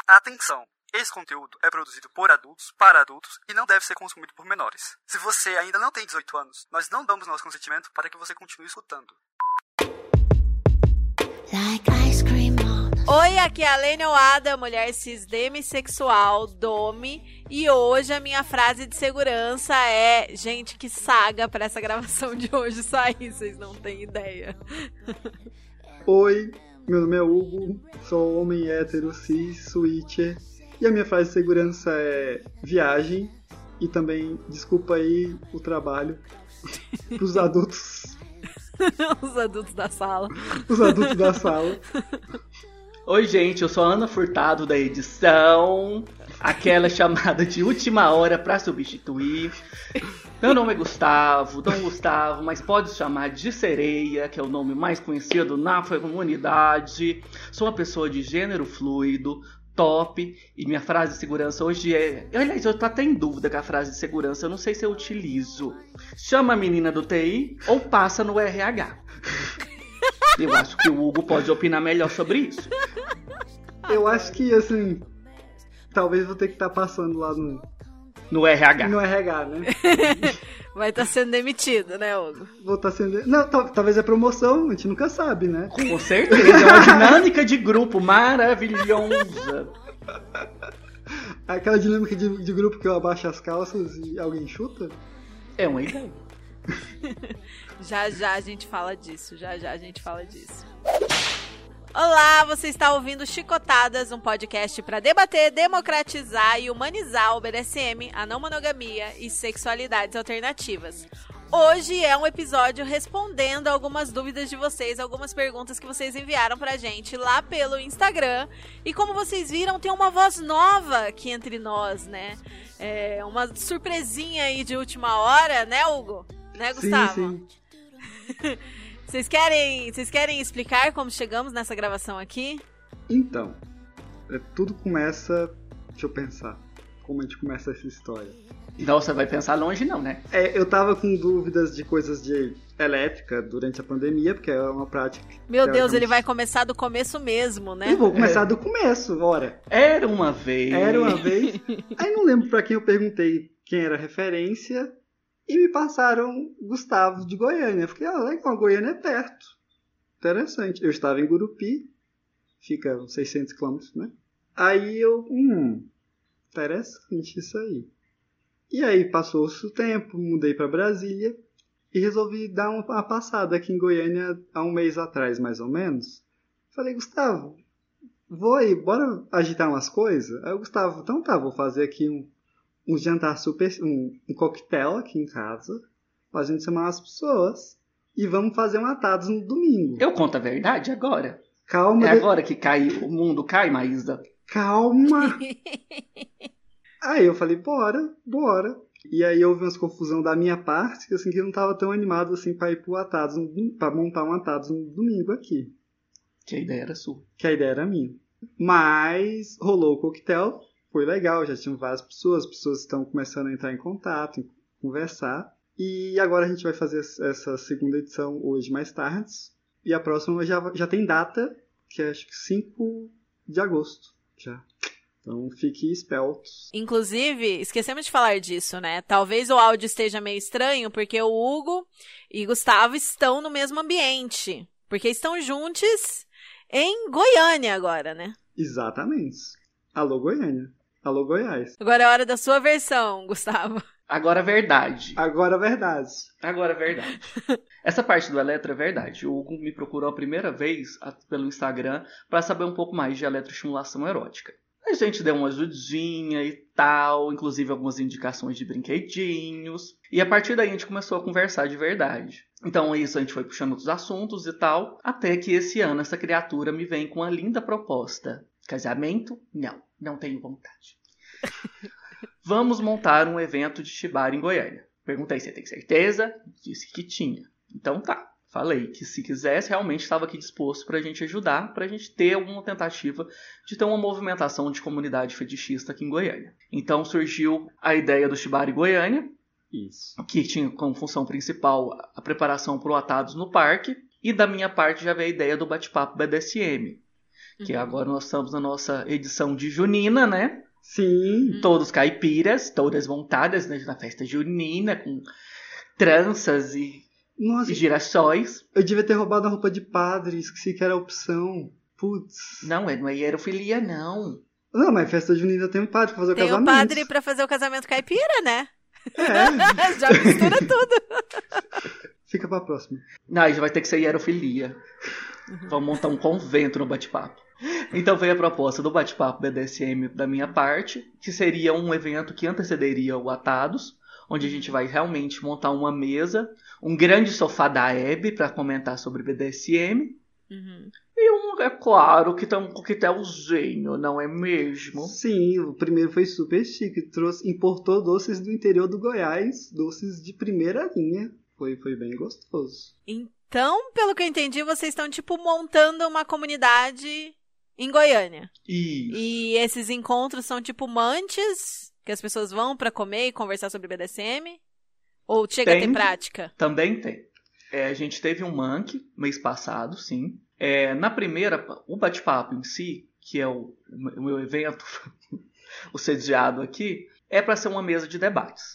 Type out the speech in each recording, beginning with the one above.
Atenção! Esse conteúdo é produzido por adultos, para adultos e não deve ser consumido por menores. Se você ainda não tem 18 anos, nós não damos nosso consentimento para que você continue escutando. Oi, aqui é a Lene Oada, mulher cis demissexual, domi, e hoje a minha frase de segurança é: gente, que saga pra essa gravação de hoje sair, vocês não têm ideia. Oi, meu nome é Hugo, sou homem hétero, cis, switcher, e a minha frase de segurança é viagem, e também desculpa aí o trabalho pros adultos. Os adultos da sala. Os adultos da sala. Oi, gente, eu sou a Ana Furtado da edição, aquela chamada de última hora pra substituir. Meu nome é Gustavo, Dom Gustavo, mas pode chamar de Sereia, que é o nome mais conhecido na comunidade. Sou uma pessoa de gênero fluido, top, e minha frase de segurança hoje é... Aliás, eu tô até em dúvida com a frase de segurança, eu não sei se eu utilizo. Chama a menina do TI ou passa no RH. Eu acho que o Hugo pode opinar melhor sobre isso. Eu acho que, assim, talvez vou ter que estar passando lá no RH. No RH, né? Vai estar sendo demitido, né, Hugo? Vou estar sendo... Não, talvez é promoção, a gente nunca sabe, né? Com certeza, é uma dinâmica de grupo maravilhosa. Aquela dinâmica de grupo que eu abaixo as calças e alguém chuta? É uma ideia. Já a gente fala disso, Olá, você está ouvindo Chicotadas, um podcast para debater, democratizar e humanizar o BDSM, a não monogamia e sexualidades alternativas. Hoje é um episódio respondendo algumas dúvidas de vocês, algumas perguntas que vocês enviaram pra gente lá pelo Instagram. E como vocês viram, tem uma voz nova aqui entre nós, né? É uma surpresinha aí de última hora, né, Hugo? Né, Gustavo? Sim. Vocês querem explicar como chegamos nessa gravação aqui? Então, tudo começa... Deixa eu pensar. Como a gente começa essa história. Nossa, vai pensar longe não, né? Eu tava com dúvidas de coisas de elétrica durante a pandemia, porque é uma prática... Meu Deus, ele vai começar do começo mesmo, né? Eu vou começar do começo, ora. Era uma vez. Aí não lembro pra quem eu perguntei quem era a referência... E me passaram Gustavo de Goiânia. Eu fiquei, legal, Goiânia é perto. Interessante. Eu estava em Gurupi, fica uns 600 quilômetros, né? Aí eu, interessante isso aí. E aí passou-se o tempo, mudei para Brasília e resolvi dar uma passada aqui em Goiânia há um mês atrás, mais ou menos. Falei, Gustavo, vou aí, bora agitar umas coisas? Aí o Gustavo, então tá, vou fazer aqui um jantar um coquetel aqui em casa, pra gente chamar as pessoas, e vamos fazer um atados no domingo. Eu conto a verdade agora? Calma. Agora que o mundo cai, Maísa? Calma. Aí eu falei, bora. E aí houve umas confusão da minha parte, assim, que eu não tava tão animado assim pra ir pro atados, pra montar um atados no domingo aqui. Que a ideia era sua. Que a ideia era minha. Mas rolou o coquetel. Foi legal, já tinham várias pessoas, as pessoas estão começando a entrar em contato, conversar. E agora a gente vai fazer essa segunda edição hoje mais tarde. E a próxima já tem data, que é acho que 5 de agosto já. Então fiquem espeltos. Inclusive, esquecemos de falar disso, né? Talvez o áudio esteja meio estranho, porque o Hugo e Gustavo estão no mesmo ambiente. Porque estão juntos em Goiânia agora, né? Exatamente. Alô, Goiânia. Alô, Goiás. Agora é a hora da sua versão, Gustavo. Agora é verdade. Essa parte do eletro é verdade. O Hugo me procurou a primeira vez pelo Instagram para saber um pouco mais de eletroestimulação erótica. A gente deu uma ajudinha e tal, inclusive algumas indicações de brinquedinhos. E a partir daí a gente começou a conversar de verdade. Então isso a gente foi puxando outros assuntos e tal, até que esse ano essa criatura me vem com uma linda proposta. Casamento? Não tenho vontade. Vamos montar um evento de shibari em Goiânia. Perguntei, você tem certeza? Disse que tinha. Então tá. Falei que se quisesse, realmente estava aqui disposto pra gente ajudar, pra gente ter alguma tentativa de ter uma movimentação de comunidade fetichista aqui em Goiânia. Então surgiu a ideia do Shibari Goiânia, que tinha como função principal a preparação para o Atados no Parque, e da minha parte já veio a ideia do bate-papo BDSM, Que agora nós estamos na nossa edição de junina, né? Sim. Todos caipiras, todas montadas, né, na festa junina, com tranças e girassóis. Eu devia ter roubado a roupa de padre, esqueci que era a opção. Putz. Não é hierofilia, não. Não, mas festa junina tem um padre pra fazer o casamento. Tem um padre pra fazer o casamento caipira, né? É. Já mistura tudo. Fica pra próxima. Não, já vai ter que ser hierofilia. Vamos montar um convento no bate-papo. Então veio a proposta do bate-papo BDSM da minha parte, que seria um evento que antecederia o Atados, onde a gente vai realmente montar uma mesa, um grande sofá da Hebe para comentar sobre BDSM, e é claro que tem um coquetelzinho, não é mesmo? Sim, o primeiro foi super chique, importou doces do interior do Goiás, doces de primeira linha, foi bem gostoso. Então, pelo que eu entendi, vocês estão tipo montando uma comunidade em Goiânia. Isso. E esses encontros são tipo mantes, que as pessoas vão pra comer e conversar sobre BDSM? Ou chega a ter prática? Também tem. A gente teve um Monkey mês passado, sim. Na primeira, o bate-papo em si, que é o meu evento, o sediado aqui, é para ser uma mesa de debates.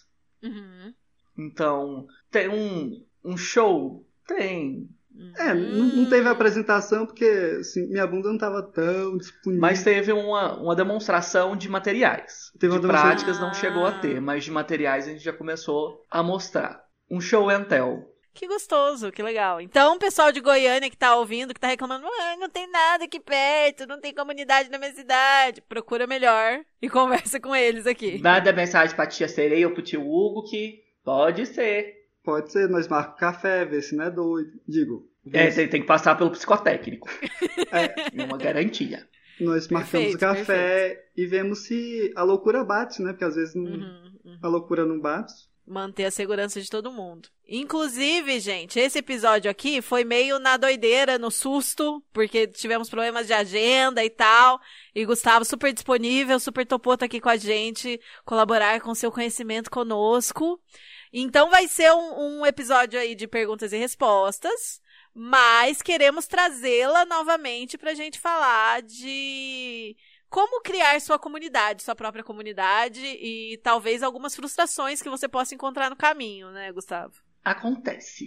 Então, tem um show? Tem. Não teve apresentação porque assim, minha bunda não estava tão disponível. Mas teve uma demonstração de materiais. De práticas não chegou a ter, mas de materiais a gente já começou a mostrar. Um show and tell. Que gostoso, que legal. Então, o pessoal de Goiânia que tá ouvindo, que tá reclamando, não tem nada aqui perto, não tem comunidade na minha cidade, procura melhor e conversa com eles aqui. Manda mensagem pra tia Sereia ou pro tio Hugo que pode ser. Pode ser, nós marcamos café, ver se não é doido. Digo. Tem que passar pelo psicotécnico. É uma garantia. Nós marcamos café e vemos se a loucura bate, né? Porque às vezes a loucura não bate. Manter a segurança de todo mundo. Inclusive, gente, esse episódio aqui foi meio na doideira, no susto, porque tivemos problemas de agenda e tal. E Gustavo super disponível, super topou tá aqui com a gente, colaborar com seu conhecimento conosco. Então vai ser um episódio aí de perguntas e respostas, mas queremos trazê-la novamente pra gente falar de como criar sua comunidade, sua própria comunidade e talvez algumas frustrações que você possa encontrar no caminho, né, Gustavo? Acontece.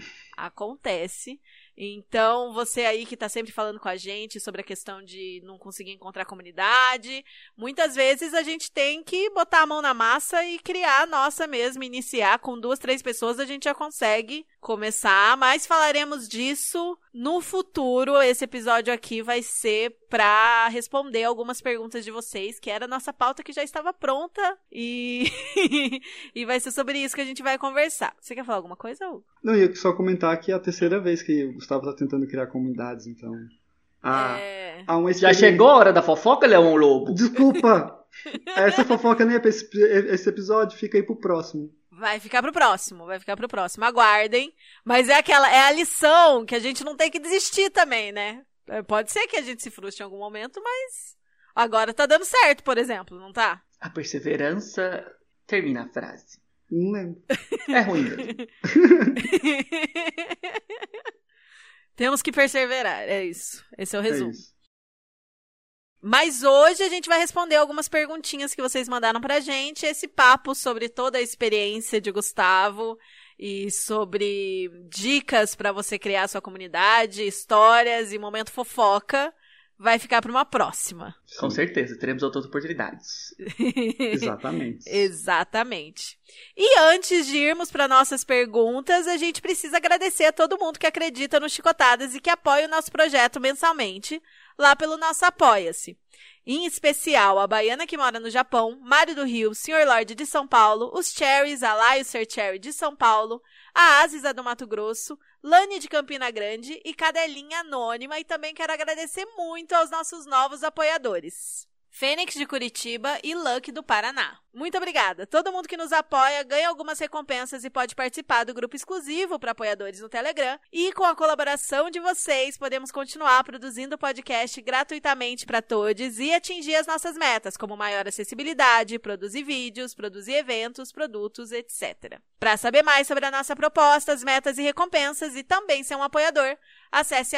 Então, você aí que tá sempre falando com a gente sobre a questão de não conseguir encontrar comunidade, muitas vezes a gente tem que botar a mão na massa e criar a nossa mesmo, iniciar com 2, 3 pessoas, a gente já consegue começar, mas falaremos disso no futuro. Esse episódio aqui vai ser pra responder algumas perguntas de vocês, que era a nossa pauta que já estava pronta e e vai ser sobre isso que a gente vai conversar. Você quer falar alguma coisa, Hugo? Não, eu ia só comentar que é a terceira vez que o Gustavo tá tentando criar comunidades, então... Há uma Já chegou a hora da fofoca, Leão Lobo? Desculpa! Essa fofoca nem é pra esse episódio, fica aí pro próximo. Vai ficar pro próximo. Aguardem. Mas é a lição que a gente não tem que desistir também, né? Pode ser que a gente se frustre em algum momento, mas agora tá dando certo, por exemplo, não tá? A perseverança termina a frase. Não lembro. É ruim mesmo. Temos que perseverar, é isso. Esse é o resumo. Mas hoje a gente vai responder algumas perguntinhas que vocês mandaram pra gente. Esse papo sobre toda a experiência de Gustavo e sobre dicas pra você criar sua comunidade, histórias e momento fofoca vai ficar para uma próxima. Com certeza, teremos outras oportunidades. Exatamente. E antes de irmos para nossas perguntas, a gente precisa agradecer a todo mundo que acredita no Chicotadas e que apoia o nosso projeto mensalmente, lá pelo nosso Apoia-se. Em especial, a Baiana que mora no Japão, Mário do Rio, Sr. Lorde de São Paulo, os Cherries, a Lai e o Sr. Cherry de São Paulo, a Aziza do Mato Grosso, Lani de Campina Grande e Cadelinha Anônima. E também quero agradecer muito aos nossos novos apoiadores, Fênix de Curitiba e Luck do Paraná. Muito obrigada. Todo mundo que nos apoia ganha algumas recompensas e pode participar do grupo exclusivo para apoiadores no Telegram. E com a colaboração de vocês, podemos continuar produzindo o podcast gratuitamente para todos e atingir as nossas metas, como maior acessibilidade, produzir vídeos, produzir eventos, produtos, etc. Para saber mais sobre a nossa proposta, as metas e recompensas e também ser um apoiador, acesse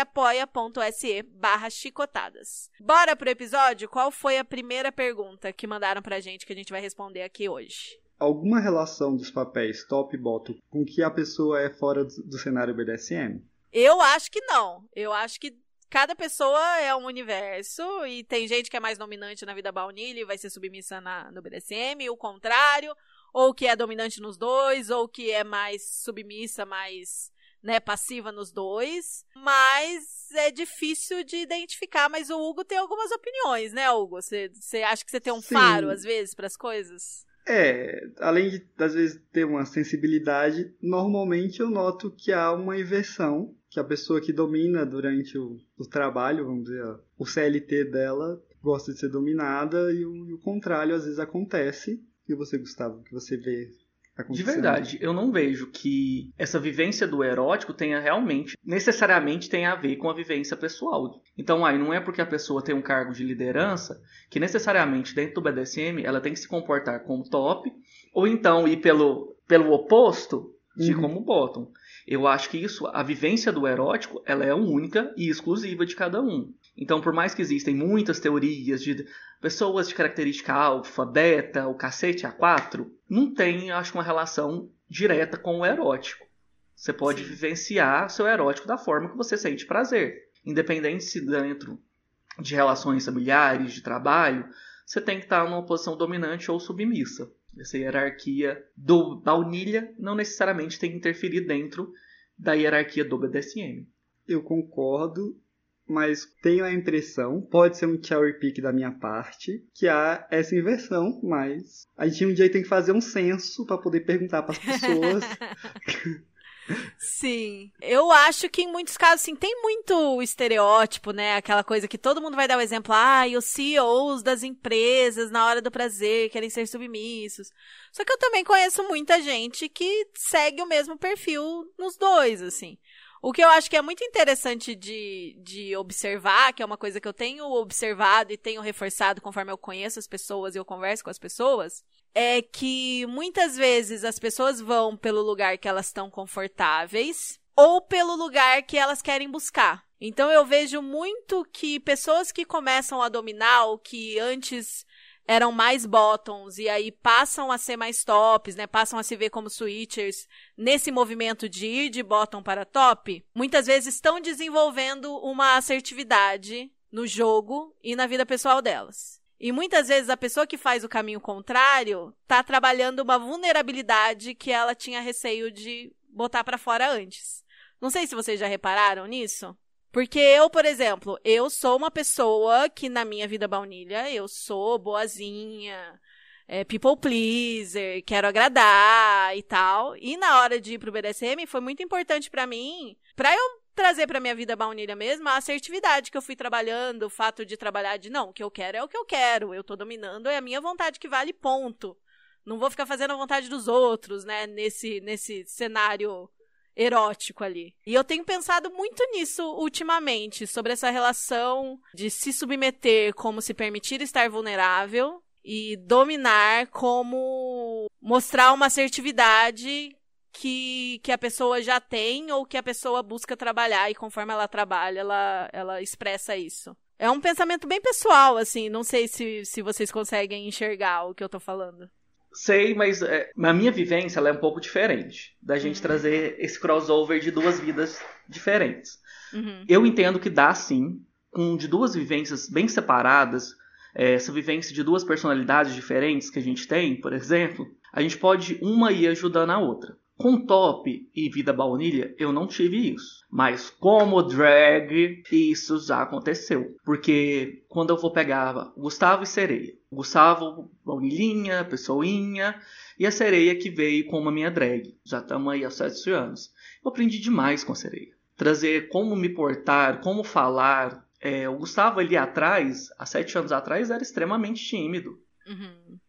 apoia.se/chicotadas. Bora pro episódio? Qual foi a primeira pergunta que mandaram pra gente que a gente vai responder aqui hoje? Alguma relação dos papéis top e bottom com que a pessoa é fora do cenário BDSM? Eu acho que não. Eu acho que cada pessoa é um universo e tem gente que é mais dominante na vida baunilha e vai ser submissa no BDSM, e o contrário, ou que é dominante nos dois, ou que é mais submissa, mais... passiva nos dois, mas é difícil de identificar, mas o Hugo tem algumas opiniões, né, Hugo? Você acha que você tem um faro, às vezes, para as coisas? Além de, às vezes, ter uma sensibilidade, normalmente eu noto que há uma inversão, que a pessoa que domina durante o trabalho, vamos dizer, o CLT dela, gosta de ser dominada, e o contrário, às vezes, acontece. E você, Gustavo, que você vê... De verdade, eu não vejo que essa vivência do erótico necessariamente tenha a ver com a vivência pessoal. Então, aí não é porque a pessoa tem um cargo de liderança que necessariamente dentro do BDSM ela tem que se comportar como top, ou então ir pelo oposto de como bottom. Eu acho que a vivência do erótico, ela é única e exclusiva de cada um. Então, por mais que existem muitas teorias de pessoas de característica alfa, beta, o cacete A4, não tem, acho, uma relação direta com o erótico. Você pode vivenciar seu erótico da forma que você sente prazer. Independente se dentro de relações familiares, de trabalho, você tem que estar numa posição dominante ou submissa. Essa hierarquia do baunilha não necessariamente tem que interferir dentro da hierarquia do BDSM. Eu concordo, mas tenho a impressão, pode ser um cherry pick da minha parte, que há essa inversão, mas a gente um dia tem que fazer um censo para poder perguntar para as pessoas. Sim, eu acho que em muitos casos, assim, tem muito estereótipo, né, aquela coisa que todo mundo vai dar o exemplo, e os CEOs das empresas, na hora do prazer, querem ser submissos. Só que eu também conheço muita gente que segue o mesmo perfil nos dois, assim. O que eu acho que é muito interessante de observar, que é uma coisa que eu tenho observado e tenho reforçado conforme eu conheço as pessoas e eu converso com as pessoas, é que muitas vezes as pessoas vão pelo lugar que elas estão confortáveis ou pelo lugar que elas querem buscar. Então eu vejo muito que pessoas que começam a dominar o que antes eram mais bottoms e aí passam a ser mais tops, né? Passam a se ver como switchers nesse movimento de ir de bottom para top, muitas vezes estão desenvolvendo uma assertividade no jogo e na vida pessoal delas. E muitas vezes a pessoa que faz o caminho contrário tá trabalhando uma vulnerabilidade que ela tinha receio de botar para fora antes. Não sei se vocês já repararam nisso. Porque eu, por exemplo, eu sou uma pessoa que na minha vida baunilha, eu sou boazinha, people pleaser, quero agradar e tal. E na hora de ir pro BDSM foi muito importante pra mim, pra eu trazer pra minha vida baunilha mesmo, a assertividade que eu fui trabalhando, o fato de trabalhar de, não, o que eu quero é o que eu quero, eu tô dominando, é a minha vontade que vale, ponto. Não vou ficar fazendo a vontade dos outros, né, nesse cenário erótico ali. E eu tenho pensado muito nisso ultimamente, sobre essa relação de se submeter como se permitir estar vulnerável e dominar como mostrar uma assertividade que a pessoa já tem ou que a pessoa busca trabalhar e conforme ela trabalha, ela expressa isso. É um pensamento bem pessoal, assim, não sei se vocês conseguem enxergar o que eu tô falando. Sei, mas a minha vivência ela é um pouco diferente da gente trazer esse crossover de duas vidas diferentes. Eu entendo que dá, sim, de duas vivências bem separadas, essa vivência de duas personalidades diferentes que a gente tem, por exemplo, a gente pode uma ir ajudando a outra. Com top e vida baunilha, eu não tive isso. Mas como drag, isso já aconteceu. Porque quando eu vou pegar Gustavo e Sereia, Gustavo, baunilhinha, pessoinha, e a Sereia que veio como a minha drag. Já estamos aí há 7 anos. Eu aprendi demais com a Sereia. Trazer como me portar, como falar. O Gustavo ali atrás, há 7 anos atrás, era extremamente tímido.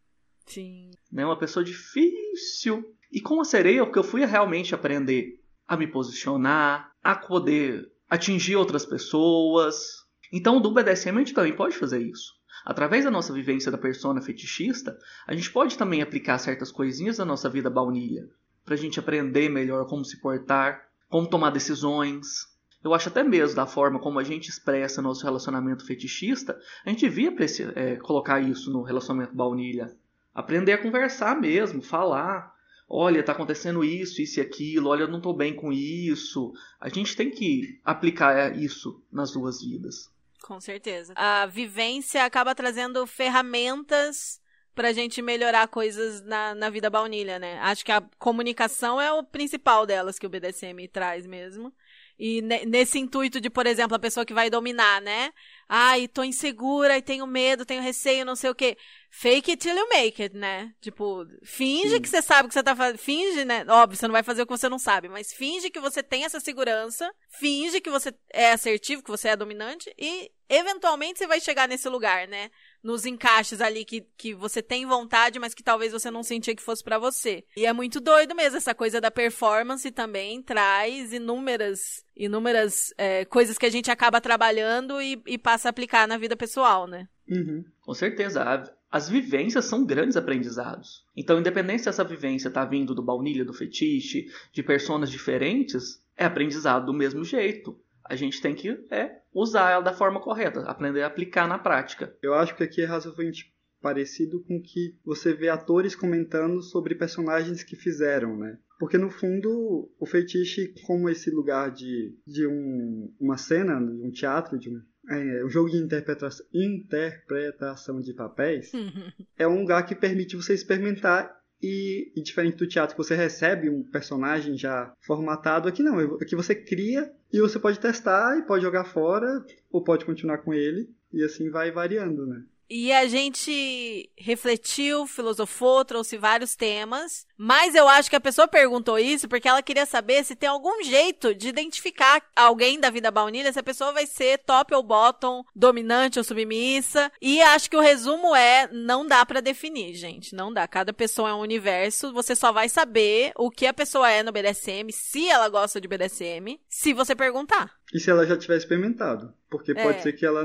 Sim. Né? Uma pessoa difícil. E com a sereia, porque eu fui realmente aprender a me posicionar, a poder atingir outras pessoas. Então, do BDSM a gente também pode fazer isso. Através da nossa vivência da persona fetichista, a gente pode também aplicar certas coisinhas da nossa vida baunilha, pra gente aprender melhor como se portar, como tomar decisões. Eu acho até mesmo da forma como a gente expressa nosso relacionamento fetichista, a gente devia colocar isso no relacionamento baunilha. Aprender a conversar mesmo, falar. Olha, tá acontecendo isso, isso e aquilo. Olha, eu não tô bem com isso. A gente tem que aplicar isso nas duas vidas. Com certeza. A vivência acaba trazendo ferramentas pra gente melhorar coisas na vida baunilha, né? Acho que a comunicação é o principal delas que o BDSM traz mesmo. E nesse intuito de, por exemplo, a pessoa que vai dominar, né? Ai, tô insegura e tenho medo, tenho receio, não sei o quê. Fake it till you make it, né? Tipo, finge que você sabe o que você tá fazendo. Finge, né? Óbvio, você não vai fazer o que você não sabe, mas finge que você tem essa segurança, finge que você é assertivo, que você é dominante e, eventualmente, você vai chegar nesse lugar, né? Nos encaixes ali que você tem vontade, mas que talvez você não sentia que fosse pra você. E é muito doido mesmo, essa coisa da performance também traz inúmeras coisas que a gente acaba trabalhando e passa a aplicar na vida pessoal, né? Uhum. Com certeza. As vivências são grandes aprendizados. Então, independente se essa vivência tá vindo do baunilha, do fetiche, de personas diferentes, é aprendizado do mesmo jeito. A gente tem que usar ela da forma correta, aprender a aplicar na prática. Eu acho que aqui é razoavelmente parecido com que você vê atores comentando sobre personagens que fizeram, né? Porque, no fundo, o fetiche, como esse lugar de uma cena, de um teatro, de um jogo de interpretação de papéis, é um lugar que permite você experimentar. E diferente do teatro que você recebe um personagem já formatado, aqui não. Aqui você cria e você pode testar e pode jogar fora ou pode continuar com ele. E assim vai variando, né? E a gente refletiu, filosofou, trouxe vários temas, mas eu acho que a pessoa perguntou isso porque ela queria saber se tem algum jeito de identificar alguém da vida baunilha, se a pessoa vai ser top ou bottom, dominante ou submissa, e acho que o resumo não dá pra definir, gente, não dá. Cada pessoa é um universo, você só vai saber o que a pessoa é no BDSM, se ela gosta de BDSM, se você perguntar. E se ela já tiver experimentado, porque pode ser que ela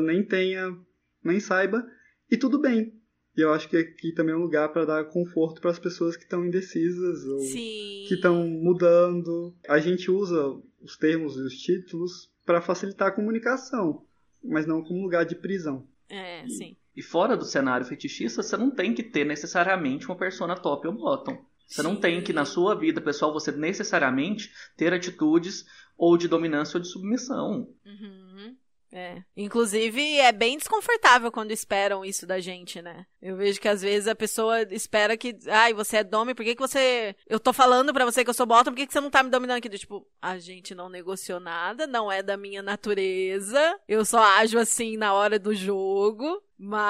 nem saiba. E tudo bem. E eu acho que aqui também é um lugar para dar conforto para as pessoas que estão indecisas ou Sim. que estão mudando. A gente usa os termos e os títulos para facilitar a comunicação, mas não como lugar de prisão. Sim. E fora do cenário fetichista, você não tem que ter necessariamente uma persona top ou bottom. Você não tem que, na sua vida pessoal, você necessariamente ter atitudes ou de dominância ou de submissão. Uhum. Inclusive, é bem desconfortável quando esperam isso da gente, né? Eu vejo que às vezes a pessoa espera que, você é domi, por que você... Eu tô falando pra você que eu sou bottom, por que você não tá me dominando aqui? Tipo, a gente não negociou nada, não é da minha natureza, eu só ajo assim na hora do jogo,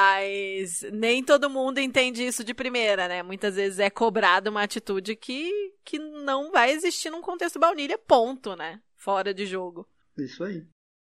mas nem todo mundo entende isso de primeira, né? Muitas vezes é cobrada uma atitude que não vai existir num contexto baunilha, ponto, né? Fora de jogo. Isso aí.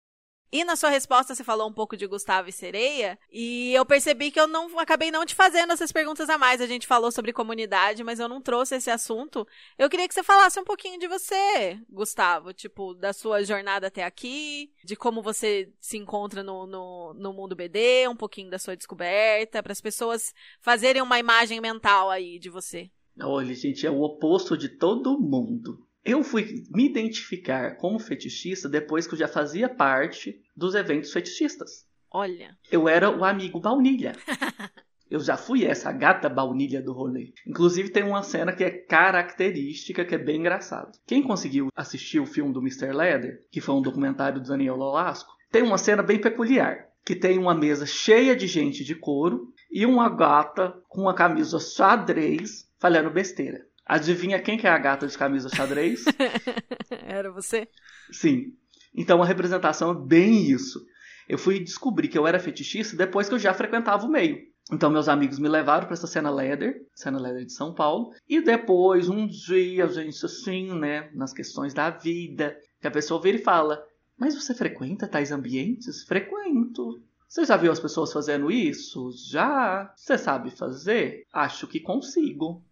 E na sua resposta você falou um pouco de Gustavo e Sereia, e eu percebi que eu acabei não te fazendo essas perguntas a mais. A gente falou sobre comunidade, mas eu não trouxe esse assunto. Eu queria que você falasse um pouquinho de você, Gustavo, tipo, da sua jornada até aqui, de como você se encontra no mundo BD, um pouquinho da sua descoberta, para as pessoas fazerem uma imagem mental aí de você. Olha, gente, é o oposto de todo mundo. Eu fui me identificar como fetichista depois que eu já fazia parte dos eventos fetichistas. Olha. Eu era o amigo baunilha. Eu já fui essa gata baunilha do rolê. Inclusive tem uma cena que é característica, que é bem engraçado. Quem conseguiu assistir o filme do Mr. Leather, que foi um documentário do Daniel Lolasco, tem uma cena bem peculiar. Que tem uma mesa cheia de gente de couro e uma gata com uma camisa xadrez falando besteira. Adivinha quem que é a gata de camisa xadrez? Era você? Sim. Então a representação é bem isso. Eu fui descobrir que eu era fetichista depois que eu já frequentava o meio. Então meus amigos me levaram para essa cena Leather de São Paulo. E depois, um dia, a gente assim, né, nas questões da vida, que a pessoa vira e fala: mas você frequenta tais ambientes? Frequento. Você já viu as pessoas fazendo isso? Já. Você sabe fazer? Acho que consigo.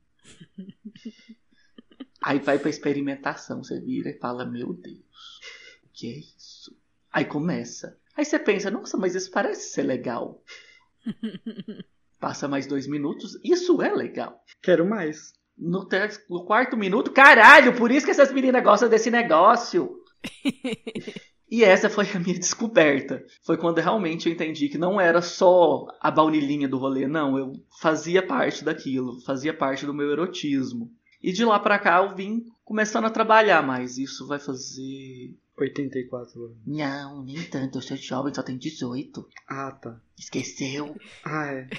Aí vai pra experimentação, você vira e fala, meu Deus, o que é isso? Aí começa. Aí você pensa, nossa, mas isso parece ser legal. Passa mais 2 minutos, isso é legal. Quero mais. No 4º minuto, caralho, por isso que essas meninas gostam desse negócio. E essa foi a minha descoberta. Foi quando realmente eu entendi que não era só a baunilhinha do rolê, não. Eu fazia parte daquilo, fazia parte do meu erotismo. E de lá pra cá eu vim começando a trabalhar mais. Isso vai fazer... 84 anos. Não, nem tanto. Eu sou jovem, só tenho 18. Ah, tá. Esqueceu? Ah, é.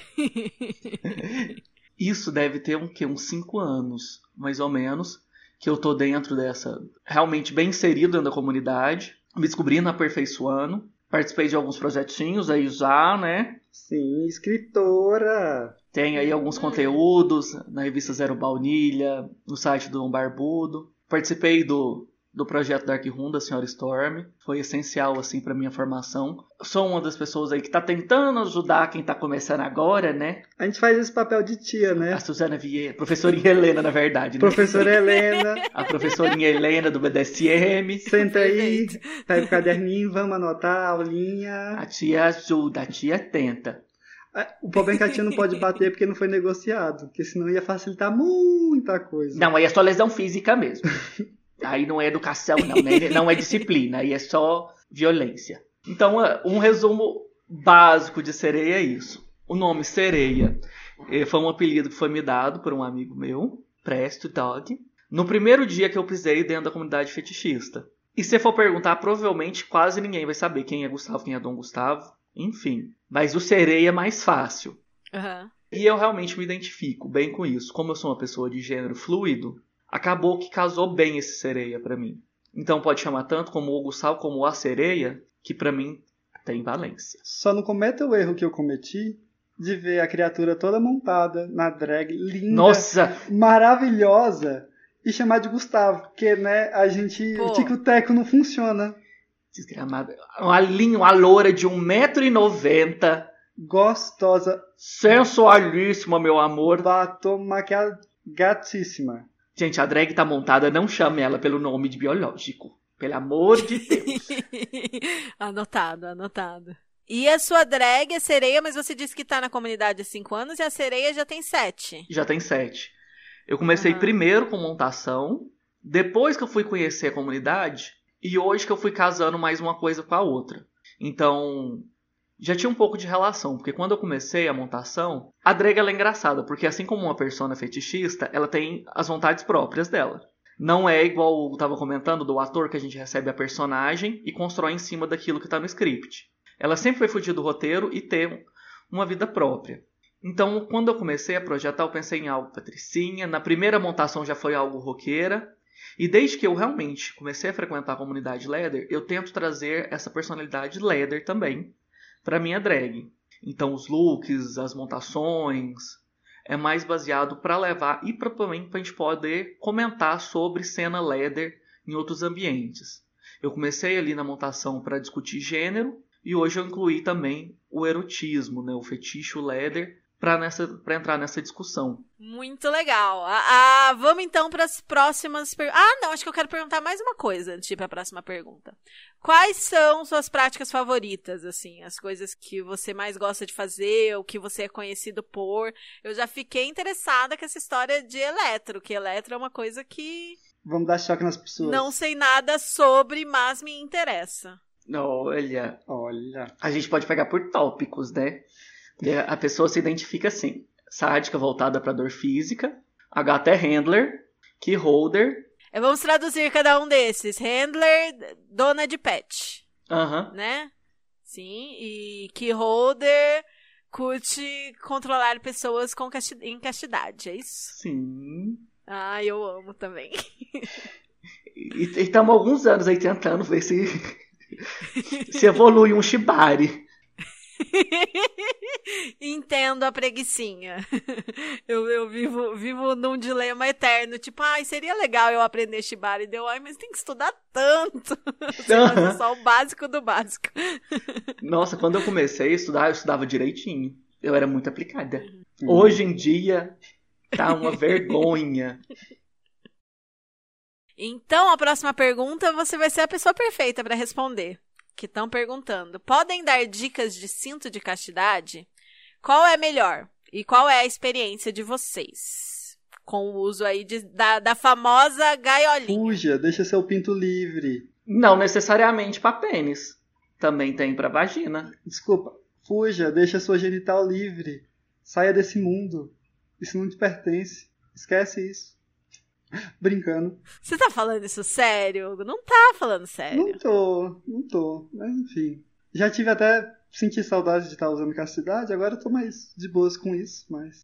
Isso deve ter uns 5 anos, mais ou menos, que eu tô dentro dessa... Realmente bem inserido dentro da comunidade. Me descobrindo, aperfeiçoando. Participei de alguns projetinhos aí já, né? Sim, escritora. Tem aí alguns conteúdos na revista Zero Baunilha, no site do Dom Barbudo. Participei do projeto Dark Room da Senhora Storm. Foi essencial, assim, pra minha formação. Sou uma das pessoas aí que tá tentando ajudar quem tá começando agora, né? A gente faz esse papel de tia, né? A Suzana Vieira, professorinha Helena, na verdade, né? Professora Helena. A professorinha Helena do BDSM. Senta aí, pega o caderninho, vamos anotar a aulinha. A tia ajuda, a tia tenta. O problema é que a tia não pode bater porque não foi negociado, porque senão ia facilitar muita coisa. Não, aí é só lesão física mesmo. Aí não é educação, não, né? Não é disciplina, aí é só violência. Então, um resumo básico de sereia é isso. O nome sereia foi um apelido que foi me dado por um amigo meu, Presto Dog, no primeiro dia que eu pisei dentro da comunidade fetichista. E se for perguntar, provavelmente quase ninguém vai saber quem é Gustavo, quem é Dom Gustavo, enfim. Mas o sereia é mais fácil. Uhum. E eu realmente me identifico bem com isso. Como eu sou uma pessoa de gênero fluido, acabou que casou bem esse sereia pra mim. Então pode chamar tanto como o Gustavo como a sereia, que pra mim tem valência. Só não cometa o erro que eu cometi de ver a criatura toda montada na drag, linda, Nossa! Maravilhosa, e chamar de Gustavo, porque, né, o tico-teco não funciona. Desgramada. Uma loura de 1,90 m. Gostosa. Sensualíssima, meu amor. Batom maquiada gatíssima. Gente, a drag tá montada, não chame ela pelo nome de biológico. Pelo amor de Deus. Anotado. E a sua drag é sereia, mas você disse que tá na comunidade há 5 anos e a sereia já tem 7. Já tem 7. Eu comecei primeiro com montação, depois que eu fui conhecer a comunidade, e hoje que eu fui casando mais uma coisa com a outra. Então, já tinha um pouco de relação, porque quando eu comecei a montação, a drag ela é engraçada, porque assim como uma persona fetichista, ela tem as vontades próprias dela. Não é igual eu estava comentando do ator, que a gente recebe a personagem e constrói em cima daquilo que está no script. Ela sempre foi fugir do roteiro e ter uma vida própria. Então, quando eu comecei a projetar, eu pensei em algo patricinha. Na primeira montação já foi algo roqueira. E desde que eu realmente comecei a frequentar a comunidade leather, eu tento trazer essa personalidade leather também para minha drag. Então, os looks, as montações, é mais baseado para levar e para a gente poder comentar sobre cena leather em outros ambientes. Eu comecei ali na montação para discutir gênero e hoje eu incluí também o erotismo, né, o fetiche, o leather, para entrar nessa discussão. Muito legal. Vamos então para as próximas perguntas. Não, acho que eu quero perguntar mais uma coisa antes de ir para a próxima pergunta. Quais são suas práticas favoritas, assim, as coisas que você mais gosta de fazer, o que você é conhecido por? Eu já fiquei interessada com essa história de eletro, que eletro é uma coisa que... Vamos dar choque nas pessoas. Não sei nada sobre, mas me interessa. Olha. Olha. A gente pode pegar por tópicos, né? A pessoa se identifica assim: sádica voltada para dor física, a gata é handler, key holder. Vamos traduzir cada um desses. Handler, dona de pet. Né? Sim, e key holder, curte controlar pessoas em castidade, é isso? Sim. Eu amo também. E estamos há alguns anos aí tentando ver se evolui um shibari. Entendo a preguicinha. Eu vivo num dilema eterno. Tipo, seria legal eu aprender Shibari. Deu, mas tem que estudar tanto. Você fazer só o básico do básico. Nossa, quando eu comecei a estudar, eu estudava direitinho. Eu era muito aplicada. Hoje em dia, tá uma vergonha. Então, a próxima pergunta, você vai ser a pessoa perfeita para responder. Que estão perguntando. Podem dar dicas de cinto de castidade? Qual é melhor? E qual é a experiência de vocês? Com o uso aí da famosa gaiolinha. Fuja, deixa seu pinto livre. Não necessariamente para pênis. Também tem para vagina. Desculpa. Fuja, deixa sua genital livre. Saia desse mundo. Isso não te pertence. Esquece isso. Brincando. Você tá falando isso sério? Não tá falando sério. Não tô. Mas enfim. Já tive até sentir saudade de estar usando castidade, agora eu tô mais de boas com isso, mas...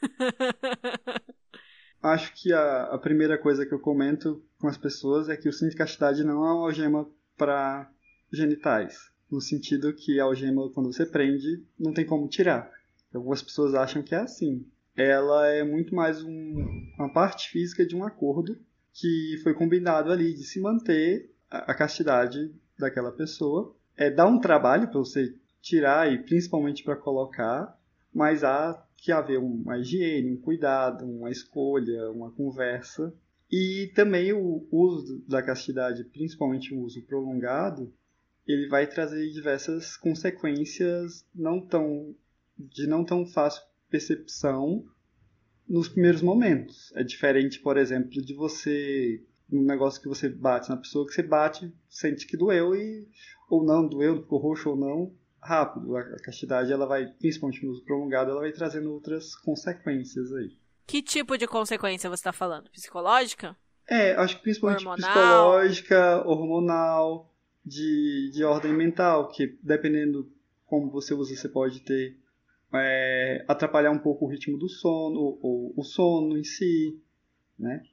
Acho que a primeira coisa que eu comento com as pessoas é que o cinto de castidade não é uma algema para genitais. No sentido que a algema, quando você prende, não tem como tirar. Algumas pessoas acham que é assim. Ela é muito mais uma parte física de um acordo que foi combinado ali de se manter a castidade daquela pessoa. Dá um trabalho para você tirar e principalmente para colocar, mas há que haver uma higiene, um cuidado, uma escolha, uma conversa. E também o uso da castidade, principalmente o uso prolongado, ele vai trazer diversas consequências de não tão fácil percepção nos primeiros momentos. É diferente, por exemplo, de você, um negócio que você bate na pessoa, que você bate, sente que doeu, ou não, doeu, ficou roxo ou não, rápido. A castidade, ela vai, principalmente no uso prolongado, ela vai trazendo outras consequências aí. Que tipo de consequência você está falando? Psicológica? Acho que principalmente hormonal. Psicológica, hormonal, de ordem mental, que dependendo como você usa, você pode ter atrapalhar um pouco o ritmo do sono, ou o sono em si, né?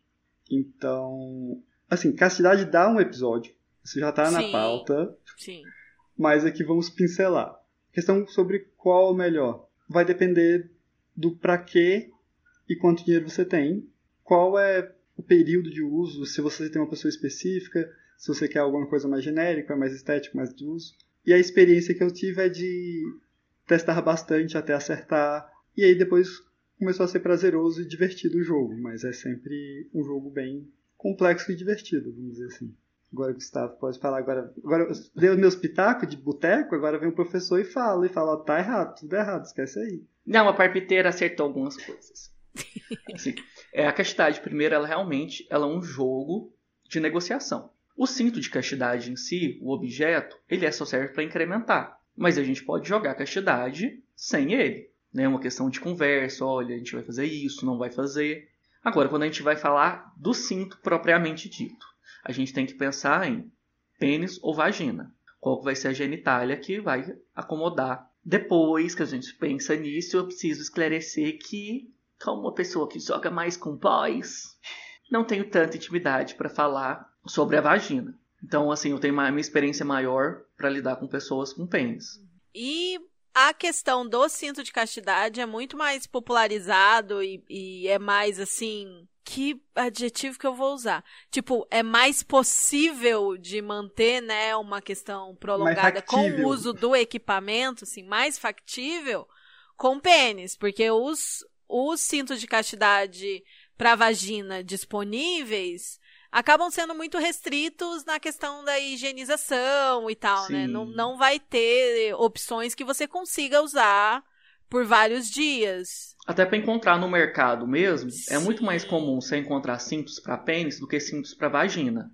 Então, assim, castidade dá um episódio, isso já está na pauta, sim. Mas aqui vamos pincelar. A questão sobre qual é o melhor vai depender do para quê e quanto dinheiro você tem, qual é o período de uso, se você tem uma pessoa específica, se você quer alguma coisa mais genérica, mais estética, mais de uso. E a experiência que eu tive é de testar bastante até acertar, e aí depois começou a ser prazeroso e divertido o jogo, mas é sempre um jogo bem complexo e divertido, vamos dizer assim. Agora, Gustavo, pode falar agora deu meus pitacos de boteco, agora vem o professor e fala, tá errado, tudo errado, esquece aí. Não, a parpiteira acertou algumas coisas. Assim, a castidade, primeiro, ela realmente é um jogo de negociação. O cinto de castidade em si, o objeto, ele só serve para incrementar. Mas a gente pode jogar castidade sem ele. É uma questão de conversa, olha, a gente vai fazer isso, não vai fazer. Agora, quando a gente vai falar do cinto propriamente dito, a gente tem que pensar em pênis ou vagina. Qual vai ser a genitália que vai acomodar. Depois que a gente pensa nisso, eu preciso esclarecer que, como uma pessoa que joga mais com boys, não tenho tanta intimidade para falar sobre a vagina. Então, assim, eu tenho uma experiência maior para lidar com pessoas com pênis. E a questão do cinto de castidade é muito mais popularizado e é mais, assim... Que adjetivo que eu vou usar? Tipo, é mais possível de manter, né, uma questão prolongada com o uso do equipamento, assim, mais factível com pênis. Porque os cintos de castidade para vagina disponíveis... acabam sendo muito restritos na questão da higienização e tal, Sim. Né? Não vai ter opções que você consiga usar por vários dias. Até para encontrar no mercado mesmo, Sim. É muito mais comum você encontrar cintos para pênis do que cintos para vagina.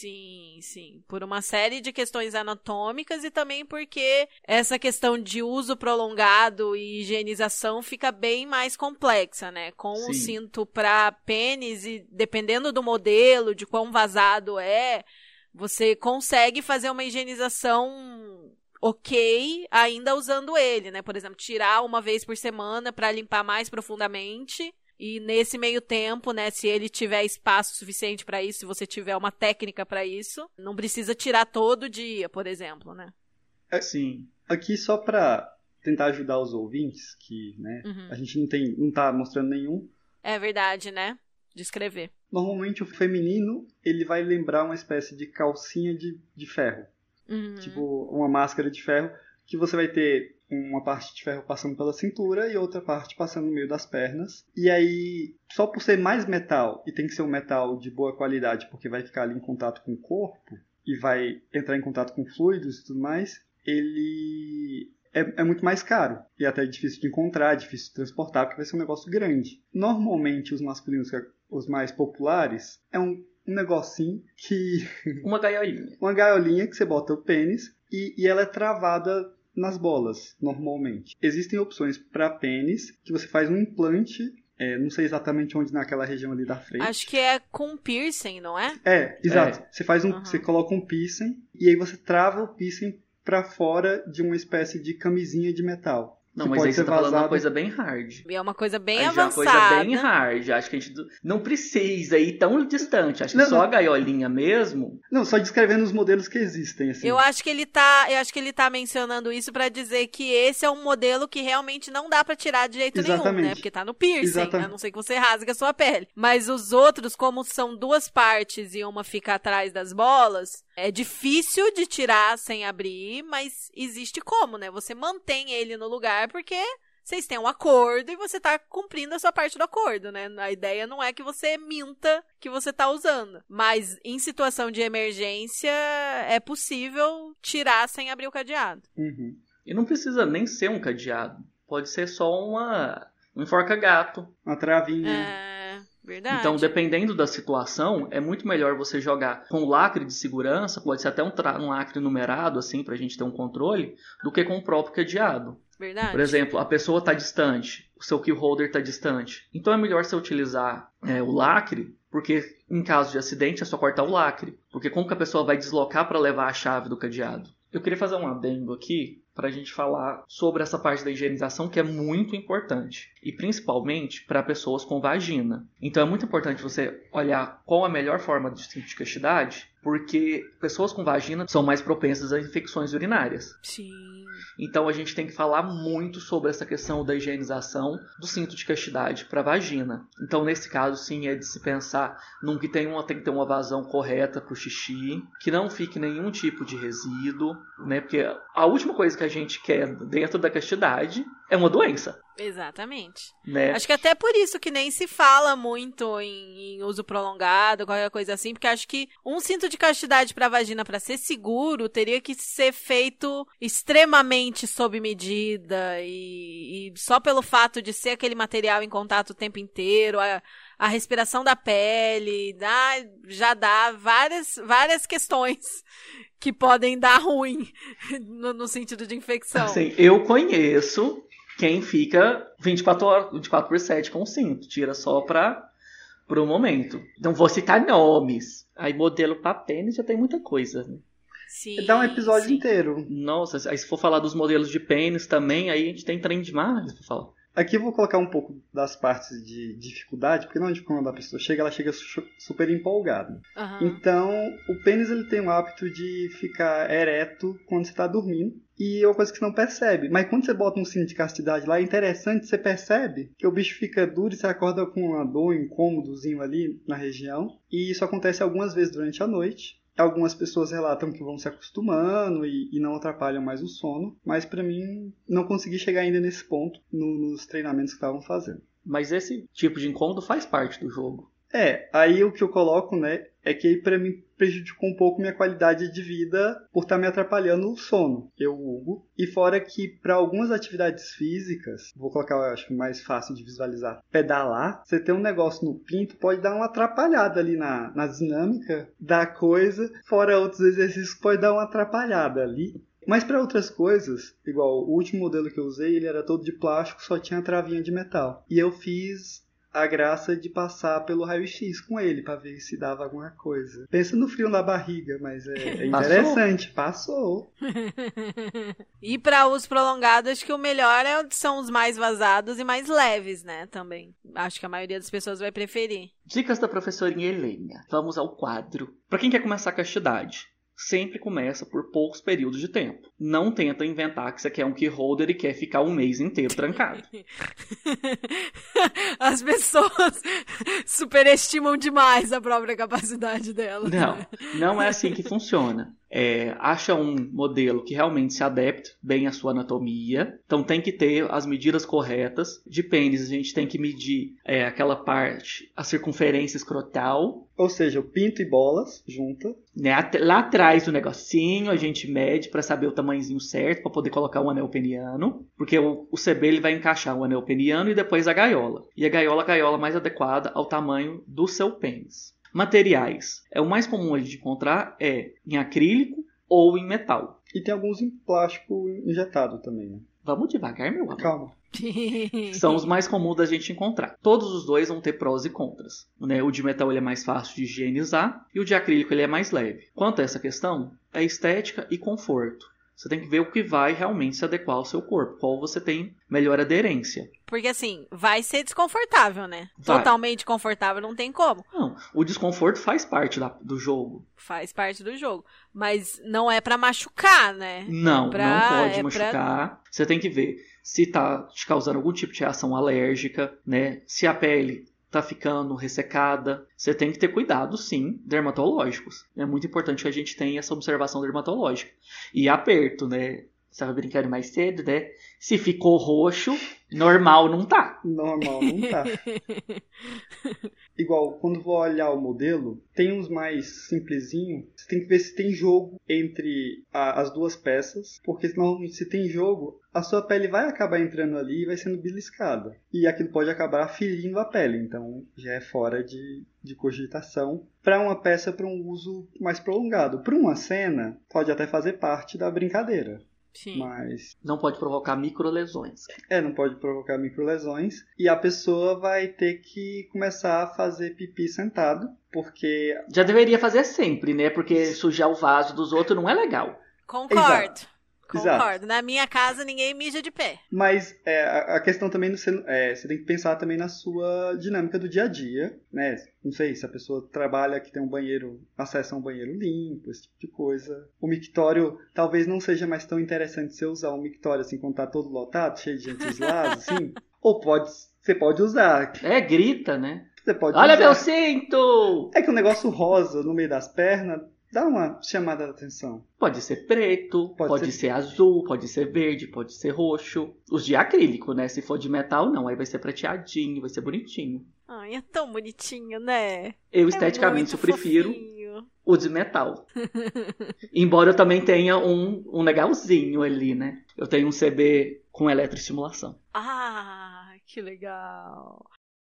Sim. Por uma série de questões anatômicas e também porque essa questão de uso prolongado e higienização fica bem mais complexa, né? Com Sim. o cinto para pênis e dependendo do modelo, de quão vazado você consegue fazer uma higienização ok ainda usando ele, né? Por exemplo, tirar uma vez por semana para limpar mais profundamente. E nesse meio tempo, né, se ele tiver espaço suficiente para isso, se você tiver uma técnica para isso, não precisa tirar todo dia, por exemplo, né? Sim. Aqui só para tentar ajudar os ouvintes, que, né, a gente não tá mostrando nenhum. É verdade, né? Descrever. Normalmente o feminino, ele vai lembrar uma espécie de calcinha de ferro. Tipo, uma máscara de ferro, que você vai ter uma parte de ferro passando pela cintura e outra parte passando no meio das pernas. E aí, só por ser mais metal, e tem que ser um metal de boa qualidade, porque vai ficar ali em contato com o corpo, e vai entrar em contato com fluidos e tudo mais, ele é muito mais caro. E até difícil de encontrar, difícil de transportar, porque vai ser um negócio grande. Normalmente, os masculinos, os mais populares, é um negocinho que... Uma gaiolinha. Uma gaiolinha que você bota o pênis e ela é travada nas bolas, normalmente. Existem opções para pênis, que você faz um implante, não sei exatamente onde naquela região ali da frente. Acho que é com piercing, não é? Exato. Você você coloca um piercing e aí você trava o piercing para fora de uma espécie de camisinha de metal. Não, mas aí você tá falando uma coisa bem hard. É uma coisa bem aí avançada. Já é uma coisa bem hard. Acho que a gente não precisa ir tão distante. Acho que só a gaiolinha mesmo. Não, só descrevendo os modelos que existem. Assim. Eu acho que ele tá mencionando isso pra dizer que esse é um modelo que realmente não dá pra tirar de jeito nenhum, né? Porque tá no piercing, a não ser que você rasgue a sua pele. Mas os outros, como são duas partes e uma fica atrás das bolas, é difícil de tirar sem abrir, mas existe como, né? Você mantém ele no lugar porque vocês têm um acordo e você tá cumprindo a sua parte do acordo, né? A ideia não é que você minta que você tá usando. Mas em situação de emergência é possível tirar sem abrir o cadeado. E não precisa nem ser um cadeado. Pode ser só um enforca-gato. Uma travinha. Verdade. Então, dependendo da situação, é muito melhor você jogar com lacre de segurança, pode ser até um lacre numerado, assim, pra gente ter um controle, do que com o próprio cadeado. Verdade. Por exemplo, a pessoa está distante, o seu key holder está distante. Então é melhor você utilizar o lacre, porque em caso de acidente é só cortar o lacre. Porque como que a pessoa vai deslocar para levar a chave do cadeado? Eu queria fazer um adendo aqui para a gente falar sobre essa parte da higienização que é muito importante. E principalmente para pessoas com vagina. Então é muito importante você olhar qual a melhor forma de cinto de castidade, porque pessoas com vagina são mais propensas a infecções urinárias. Sim. Então a gente tem que falar muito sobre essa questão da higienização do cinto de castidade para a vagina. Então nesse caso sim é de se pensar num que tem que ter uma vazão correta para o xixi, que não fique nenhum tipo de resíduo, né? Porque a última coisa que a gente quer dentro da castidade é uma doença. Exatamente. Né? Acho que até por isso que nem se fala muito em uso prolongado, qualquer coisa assim, porque acho que um cinto de castidade para vagina, para ser seguro, teria que ser feito extremamente sob medida e só pelo fato de ser aquele material em contato o tempo inteiro, a respiração da pele, já dá várias questões que podem dar ruim no sentido de infecção. Assim, eu conheço quem fica 24/7 com o cinto. Tira só pro momento. Não vou citar nomes. Aí modelo pra pênis já tem muita coisa. Né? Sim, dá um episódio inteiro. Nossa, aí se for falar dos modelos de pênis também, aí a gente tem trem demais pra falar. Aqui eu vou colocar um pouco das partes de dificuldade, porque não é de quando a pessoa chega, ela chega super empolgada. Então, o pênis ele tem o hábito de ficar ereto quando você está dormindo. E é uma coisa que você não percebe. Mas quando você bota um cinto de castidade lá, é interessante, você percebe que o bicho fica duro e você acorda com uma dor, um incômodozinho ali na região. E isso acontece algumas vezes durante a noite. Algumas pessoas relatam que vão se acostumando e não atrapalham mais o sono. Mas pra mim, não consegui chegar ainda nesse ponto nos treinamentos que estavam fazendo. Mas esse tipo de incômodo faz parte do jogo. Aí o que eu coloco, né, é que pra mim prejudicou um pouco minha qualidade de vida por estar me atrapalhando o sono, Hugo. E fora que para algumas atividades físicas, vou colocar, eu acho mais fácil de visualizar, pedalar, você tem um negócio no pinto, pode dar uma atrapalhada ali na dinâmica da coisa, fora outros exercícios pode dar uma atrapalhada ali. Mas para outras coisas, igual o último modelo que eu usei, ele era todo de plástico, só tinha travinha de metal. E eu fiz a graça de passar pelo raio-x com ele, pra ver se dava alguma coisa. Pensa no frio na barriga, mas é interessante. Passou. E para uso prolongado, acho que o melhor são os mais vazados e mais leves, né, também. Acho que a maioria das pessoas vai preferir. Dicas da professorinha Helena. Vamos ao quadro. Pra quem quer começar a castidade, sempre começa por poucos períodos de tempo. Não tenta inventar que você quer um key holder e quer ficar um mês inteiro trancado. As pessoas superestimam demais a própria capacidade delas. Não é assim que funciona. Acha um modelo que realmente se adapte bem à sua anatomia. Então tem que ter as medidas corretas. De pênis a gente tem que medir aquela parte, a circunferência escrotal. Ou seja, o pinto e bolas junta. Né? Lá atrás do negocinho a gente mede para saber o tamanhozinho certo para poder colocar o anel peniano. Porque o CB ele vai encaixar o anel peniano e depois a gaiola. E a gaiola mais adequada ao tamanho do seu pênis. Materiais. O mais comum a gente encontrar em acrílico ou em metal. E tem alguns em plástico injetado também, né? Vamos devagar, meu amor. Calma. São os mais comuns da gente encontrar. Todos os dois vão ter prós e contras. Né? O de metal ele é mais fácil de higienizar e o de acrílico ele é mais leve. Quanto a essa questão, é estética e conforto. Você tem que ver o que vai realmente se adequar ao seu corpo. Qual você tem melhor aderência. Porque assim, vai ser desconfortável, né? Vai. Totalmente confortável não tem como. Não, o desconforto faz parte do jogo. Faz parte do jogo. Mas não é pra machucar, né? Não pode machucar. Você tem que ver se tá te causando algum tipo de reação alérgica, né? Se a pele tá ficando ressecada. Você tem que ter cuidado, sim, dermatológicos. É muito importante que a gente tenha essa observação dermatológica. E aperto, né? Você estava brincando mais cedo, né? Se ficou roxo, normal não tá. Normal não tá. Igual, quando vou olhar o modelo, tem uns mais simplesinhos. Você tem que ver se tem jogo entre as duas peças. Porque normalmente se tem jogo, a sua pele vai acabar entrando ali e vai sendo beliscada. E aquilo pode acabar ferindo a pele. Então já é fora de cogitação. Para uma peça, para um uso mais prolongado. Para uma cena, pode até fazer parte da brincadeira. Sim. Mas não pode provocar microlesões. Não pode provocar microlesões. E a pessoa vai ter que começar a fazer pipi sentado, porque... Já deveria fazer sempre, né? Porque sujar o vaso dos outros não é legal. Concordo. Exato. Concordo. Na minha casa, ninguém mija de pé. Mas a questão também você tem que pensar também na sua dinâmica do dia a dia, né? Não sei, se a pessoa trabalha que tem um banheiro, acessa um banheiro limpo, esse tipo de coisa. O mictório talvez não seja mais tão interessante você usar um mictório assim, quando tá todo lotado, cheio de gente dos lados, assim. Ou você pode usar. Grita, né? Você pode Olha usar. Meu cinto! É que o negócio rosa no meio das pernas dá uma chamada de atenção. Pode ser preto, pode ser azul, pode ser verde, pode ser roxo. Os de acrílico, né? Se for de metal, não. Aí vai ser prateadinho, vai ser bonitinho. Ai, é tão bonitinho, né? Eu esteticamente eu prefiro fofinho. O de metal. Embora eu também tenha um legalzinho ali, né? Eu tenho um CB com eletroestimulação. Ah, que legal.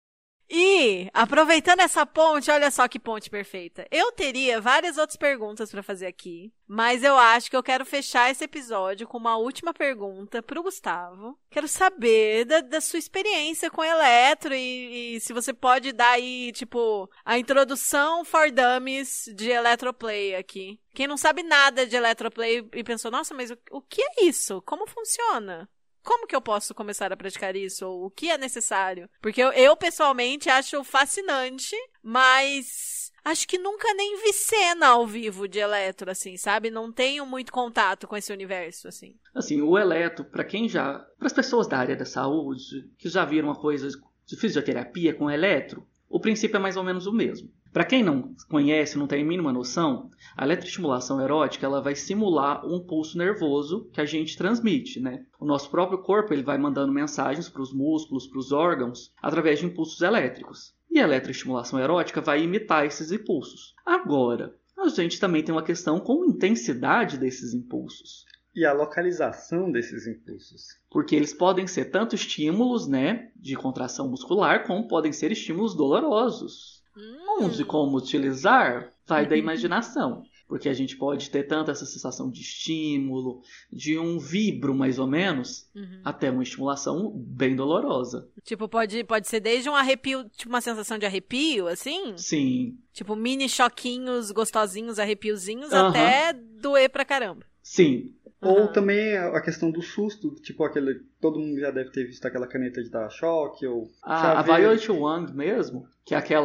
E, aproveitando essa ponte, olha só que ponte perfeita. Eu teria várias outras perguntas pra fazer aqui, mas eu acho que eu quero fechar esse episódio com uma última pergunta pro Gustavo. Quero saber da sua experiência com eletro e se você pode dar aí, tipo, a introdução for dummies de Electroplay aqui. Quem não sabe nada de Electroplay e pensou, nossa, mas o que é isso? Como funciona? Como que eu posso começar a praticar isso? Ou o que é necessário? Porque eu pessoalmente acho fascinante, mas acho que nunca nem vi cena ao vivo de eletro, assim, sabe? Não tenho muito contato com esse universo, assim. Assim, o eletro, para as pessoas da área da saúde, que já viram uma coisa de fisioterapia com eletro, o princípio é mais ou menos o mesmo. Para quem não conhece, não tem a mínima noção, a eletroestimulação erótica ela vai simular um pulso nervoso que a gente transmite, né? O nosso próprio corpo ele vai mandando mensagens para os músculos, para os órgãos, através de impulsos elétricos. E a eletroestimulação erótica vai imitar esses impulsos. Agora, a gente também tem uma questão com a intensidade desses impulsos. E a localização desses impulsos. Porque eles podem ser tanto estímulos, né, de contração muscular, como podem ser estímulos dolorosos. Onde e como utilizar vai da imaginação. Porque a gente pode ter tanto essa sensação de estímulo, de um vibro mais ou menos, até uma estimulação bem dolorosa. Tipo, pode ser desde um arrepio, tipo uma sensação de arrepio, assim? Sim. Tipo, mini choquinhos gostosinhos, arrepiozinhos, até doer pra caramba. Sim. Ou também a questão do susto, tipo aquele... Todo mundo já deve ter visto aquela caneta de dar choque, ou... A Violet Wang mesmo, que é aquela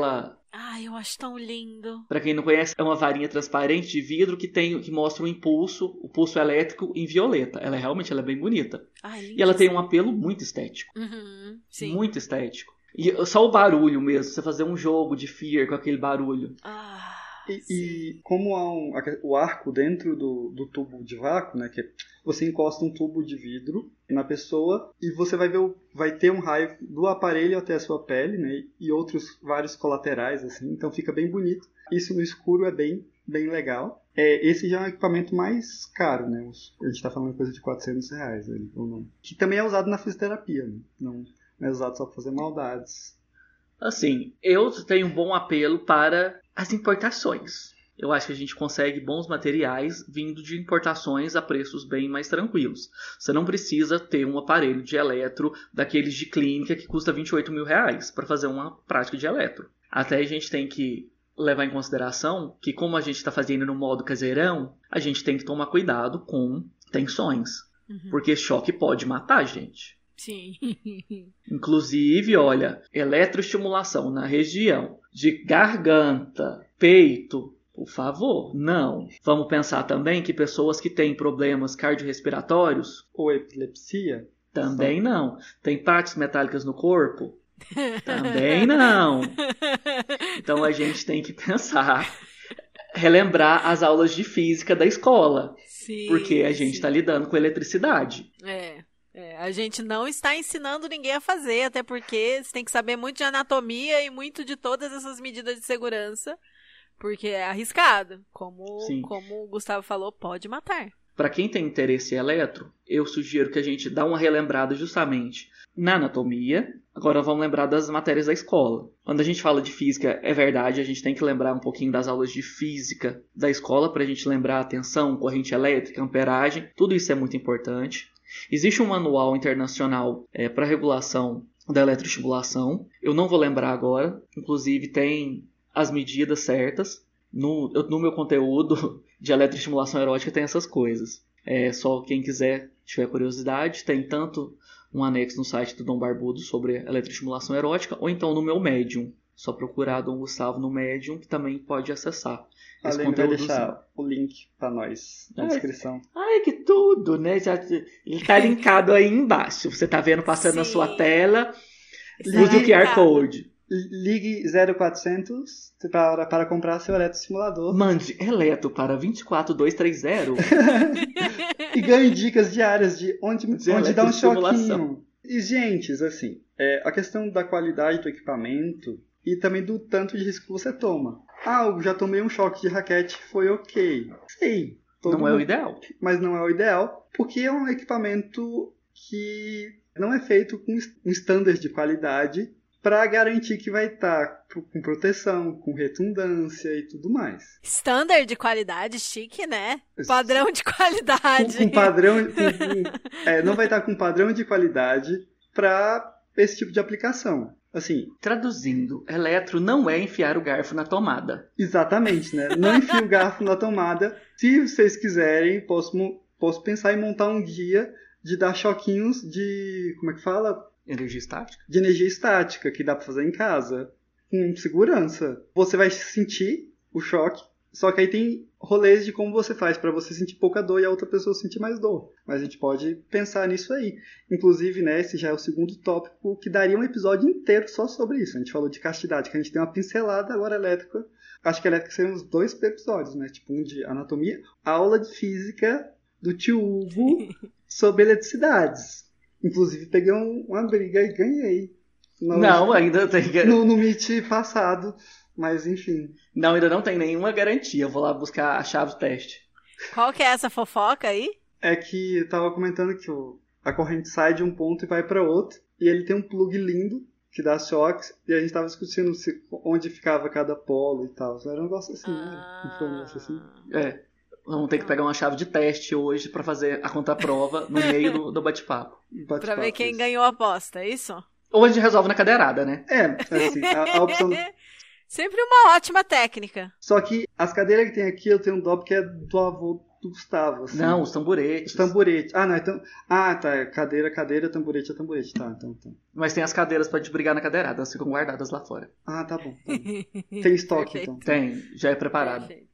Ai, eu acho tão lindo. Pra quem não conhece, é uma varinha transparente de vidro que mostra o pulso elétrico em violeta. Ela é bem bonita. Ai, e ela tem um apelo muito estético. Uhum, sim. Muito estético. E só o barulho mesmo, você fazer um jogo de Fear com aquele barulho. E como há o arco dentro do tubo de vácuo, né, que você encosta um tubo de vidro na pessoa e você vai ter um raio do aparelho até a sua pele, né, e outros vários colaterais, assim, então fica bem bonito. Isso no escuro é bem legal. Esse já é um equipamento mais caro, né, a gente está falando de coisa de R$400, ou não, que também é usado na fisioterapia, né, não é usado só para fazer maldades. Assim, eu tenho um bom apelo para as importações. Eu acho que a gente consegue bons materiais vindo de importações a preços bem mais tranquilos. Você não precisa ter um aparelho de eletro daqueles de clínica que custa R$28 mil para fazer uma prática de eletro. Até a gente tem que levar em consideração que, como a gente está fazendo no modo caseirão, a gente tem que tomar cuidado com tensões. Uhum. Porque choque pode matar a gente. Sim. Inclusive, olha, eletroestimulação na região de garganta, peito, por favor, não. Vamos pensar também que pessoas que têm problemas cardiorrespiratórios ou epilepsia também não. Tem partes metálicas no corpo? Também não. Então a gente tem que pensar, relembrar as aulas de física da escola. Sim, porque a gente está lidando com eletricidade. A gente não está ensinando ninguém a fazer, até porque você tem que saber muito de anatomia e muito de todas essas medidas de segurança, porque é arriscado. Como o Gustavo falou, pode matar. Para quem tem interesse em eletro, eu sugiro que a gente dá uma relembrada justamente na anatomia. Agora vamos lembrar das matérias da escola. Quando a gente fala de física, é verdade, a gente tem que lembrar um pouquinho das aulas de física da escola para a gente lembrar a tensão, corrente elétrica, amperagem. Tudo isso é muito importante. Existe um manual internacional para regulação da eletroestimulação. Eu não vou lembrar agora. Inclusive tem as medidas certas. No meu conteúdo de eletroestimulação erótica tem essas coisas. Só quem quiser, tiver curiosidade, tem tanto um anexo no site do Dom Barbudo sobre eletroestimulação erótica, ou então no meu Medium. Só procurar Dom Gustavo no Medium, que também pode acessar esse conteúdo. Vai deixar o link para nós na descrição. Ai, que tudo, né? Ele tá linkado aí embaixo. Você tá vendo passando na sua tela. Use o QR Code. Ligue 0400 para comprar seu eletroestimulador. Mande eletro para 24230. E ganhe dicas diárias de onde dar um choquinho. E, gente, assim, a questão da qualidade do equipamento e também do tanto de risco que você toma. Eu já tomei um choque de raquete, foi ok. Sei. Não é o ideal. Mas não é o ideal, porque é um equipamento que não é feito com um standard de qualidade para garantir que vai estar com proteção, com redundância e tudo mais. Standard de qualidade, chique, né? Padrão de qualidade. Não vai estar com padrão de qualidade para esse tipo de aplicação. Assim, traduzindo, eletro não é enfiar o garfo na tomada. Exatamente, né? Não enfie o garfo na tomada. Se vocês quiserem, posso pensar em montar um guia de dar choquinhos de... Como é que fala? Energia estática? De energia estática, que dá pra fazer em casa. Com segurança. Você vai sentir o choque, só que aí tem rolês de como você faz pra você sentir pouca dor e a outra pessoa sentir mais dor. Mas a gente pode pensar nisso aí. Inclusive, né, esse já é o segundo tópico que daria um episódio inteiro só sobre isso. A gente falou de castidade, que a gente tem uma pincelada agora elétrica. Acho que elétrica seriam uns 2 episódios, né? Tipo, um de anatomia, aula de física do tio Hugo sobre eletricidades. Inclusive, peguei uma briga e ganhei. Ainda tem que... No Meet passado, mas enfim. Não, ainda não tem nenhuma garantia. Eu vou lá buscar a chave do teste. Qual que é essa fofoca aí? É que eu tava comentando que a corrente sai de um ponto e vai para outro. E ele tem um plug lindo que dá choques. E a gente tava discutindo onde ficava cada polo e tal. Era um negócio assim, né? Não foi um negócio assim? Vamos ter que pegar uma chave de teste hoje pra fazer a contraprova no meio do bate-papo. Pra ver quem ganhou a aposta, é isso? Ou a gente resolve na cadeirada, né? Assim, a opção... Sempre uma ótima técnica. Só que as cadeiras que tem aqui, eu tenho um dó porque é do avô do Gustavo. Assim. Não, os tamboretes. Os tamboretes. Ah, não, então... Ah, tá. Cadeira, tamborete é tamborete. Tá, então. Mas tem as cadeiras pra te brigar na cadeirada, elas ficam guardadas lá fora. Ah, tá bom. Tem estoque, Perfeito. então. Tem, já é preparado. Perfeito.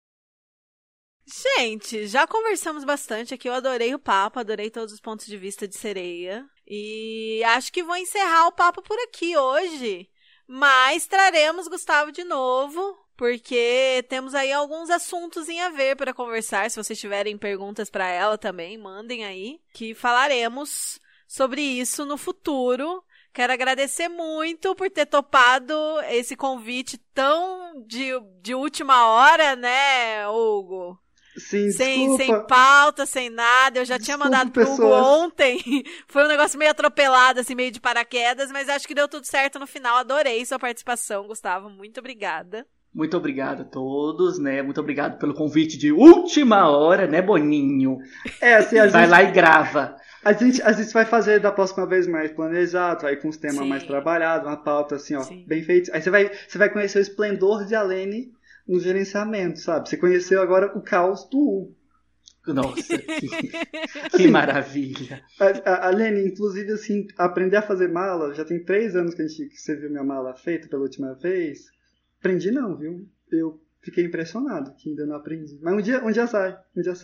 Gente, já conversamos bastante aqui, eu adorei o papo, adorei todos os pontos de vista de Sereia. E acho que vou encerrar o papo por aqui hoje. Mas traremos Gustavo de novo, porque temos aí alguns assuntos em a ver para conversar. Se vocês tiverem perguntas para ela também, mandem aí, que falaremos sobre isso no futuro. Quero agradecer muito por ter topado esse convite tão de última hora, né, Hugo? Sim, Sem pauta, sem nada. Eu já tinha mandado pro Hugo ontem. Foi um negócio meio atropelado, assim, meio de paraquedas, mas acho que deu tudo certo no final. Adorei sua participação, Gustavo. Muito obrigada. Muito obrigado a todos, né? Muito obrigado pelo convite de última hora, né, Boninho? Assim, vai lá e grava. A gente vai fazer da próxima vez mais planejado, vai com os temas mais trabalhados, uma pauta assim, ó, bem feita. Aí você vai conhecer o esplendor de Alene no gerenciamento, sabe? Você conheceu agora o caos do Hugo. Nossa, que maravilha. A Lene, inclusive, assim, aprender a fazer mala, já tem 3 anos que você viu minha mala feita pela última vez. Aprendi não, viu? Eu fiquei impressionado que ainda não aprendi. Mas um dia sai.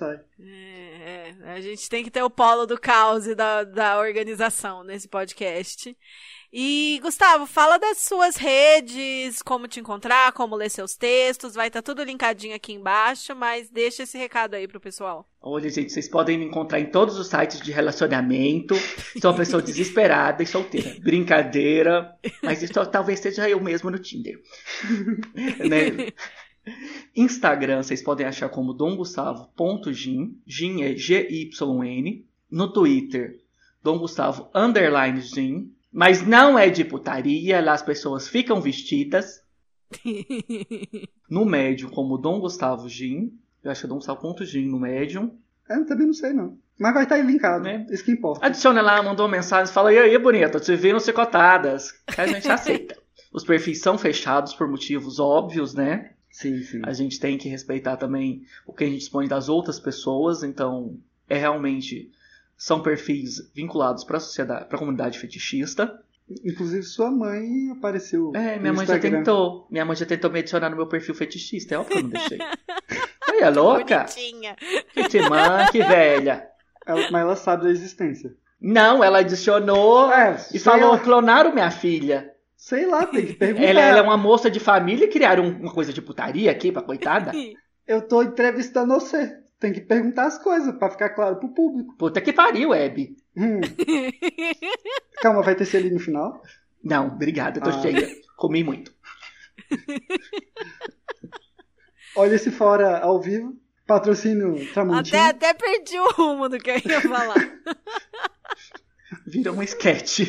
A gente tem que ter o polo do caos e da organização nesse podcast. E, Gustavo, fala das suas redes, como te encontrar, como ler seus textos, vai estar tudo linkadinho aqui embaixo, mas deixa esse recado aí pro pessoal. Olha, gente, vocês podem me encontrar em todos os sites de relacionamento. Sou uma pessoa desesperada e solteira. Brincadeira, mas isso talvez seja eu mesmo no Tinder. Né? Instagram, vocês podem achar como domgustavo.gin, Gin é G-Y-N. No Twitter, domgustavo_gin. Mas não é de putaria, lá as pessoas ficam vestidas. No Medium, como Dom Gustavo Gin. Eu acho que é domgustavo.gin no Medium. Eu também não sei, não. Mas vai estar aí linkado, né? Isso que importa. Adiciona lá, mandou uma mensagem, fala, e aí, bonita, te vi no Chicotadas. Que a gente aceita. Os perfis são fechados por motivos óbvios, né? Sim. A gente tem que respeitar também o que a gente dispõe das outras pessoas, então realmente... São perfis vinculados para a sociedade, para a comunidade fetichista. Inclusive sua mãe apareceu. Minha mãe já tentou. Minha mãe já tentou me adicionar no meu perfil fetichista. É óbvio que eu não deixei. Aí, é louca? Bonitinha. Que mãe, que velha. Mas ela sabe da existência. Não, ela adicionou e falou, clonaram minha filha. Sei lá, tem que perguntar. Ela é uma moça de família e criaram uma coisa de putaria aqui pra coitada? Eu tô entrevistando você. Tem que perguntar as coisas pra ficar claro pro público. Puta que pariu, Web. Calma, vai ter selinho no final? Não, obrigado, eu tô cheia. Comi muito. Olha esse fora ao vivo. Patrocínio Tramontina. Até perdi o rumo do que eu ia falar. Vira um sketch.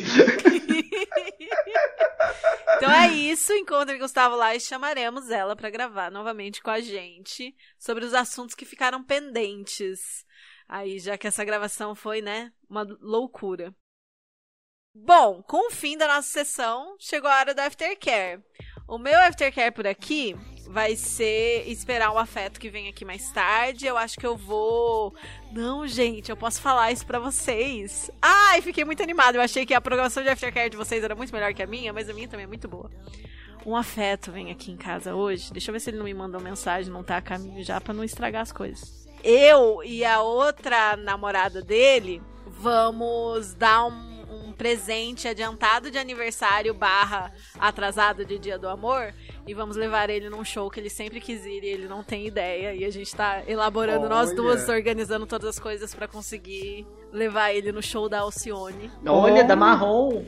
Então é isso, encontre Gustavo lá e chamaremos ela para gravar novamente com a gente sobre os assuntos que ficaram pendentes. Aí, já que essa gravação foi, né, uma loucura. Bom, com o fim da nossa sessão, chegou a hora do Aftercare. O meu Aftercare por aqui vai ser esperar o afeto que vem aqui mais tarde. Eu acho que eu vou... Não, gente, eu posso falar isso pra vocês. Ai, fiquei muito animada. Eu achei que a programação de Aftercare de vocês era muito melhor que a minha, mas a minha também é muito boa. Um afeto vem aqui em casa hoje. Deixa eu ver se ele não me mandou mensagem, não tá a caminho já, pra não estragar as coisas. Eu e a outra namorada dele vamos dar um presente adiantado de aniversário / atrasado de Dia do Amor e vamos levar ele num show que ele sempre quis ir e ele não tem ideia e a gente tá elaborando nós duas, organizando todas as coisas pra conseguir levar ele no show da Alcione. Olha, da Marrom.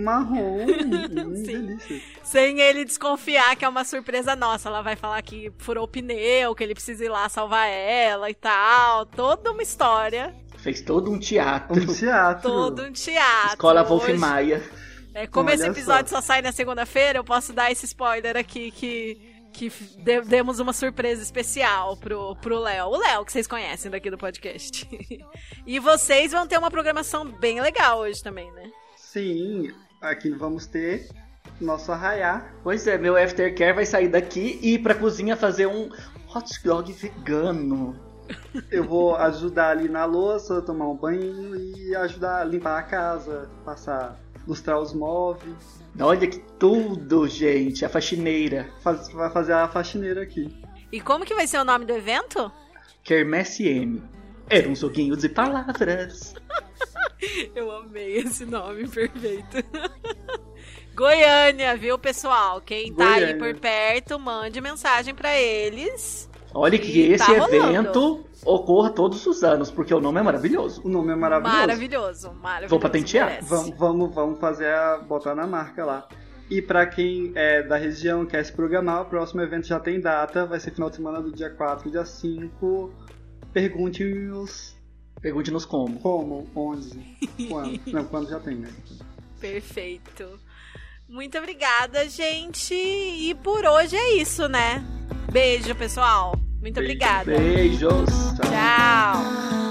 Delícia. Sem ele desconfiar que é uma surpresa nossa. Ela vai falar que furou o pneu, que ele precisa ir lá salvar ela e tal. Toda uma história. Fez todo um teatro. Todo um teatro. Escola Wolf Maia. Como esse episódio só sai na segunda-feira, eu posso dar esse spoiler aqui que demos uma surpresa especial pro Léo. O Léo, que vocês conhecem daqui do podcast. E vocês vão ter uma programação bem legal hoje também, né? Sim, aqui vamos ter nosso arraiá. Pois é, meu Aftercare vai sair daqui e ir pra cozinha fazer um hot dog vegano. Eu vou ajudar ali na louça, tomar um banho e ajudar a limpar a casa, lustrar os móveis. Olha que tudo, gente. A faxineira. Vai fazer a faxineira aqui. E como que vai ser o nome do evento? Quermesse M. Era um joguinho de palavras. Eu amei esse nome, perfeito. Goiânia, viu, pessoal? Quem tá aí por perto, mande mensagem pra eles. Olha que esse evento ocorra todos os anos, porque o nome é maravilhoso. O nome é maravilhoso. Maravilhoso. Vou patentear. Vamos fazer botar na marca lá. E pra quem é da região quer se programar, o próximo evento já tem data, vai ser final de semana do dia 4 e dia 5. Pergunte-nos como. Como, onde, quando. Não, quando já tem, né? Perfeito. Muito obrigada, gente. E por hoje é isso, né? Beijo, pessoal. Muito obrigada. Beijos. Tchau.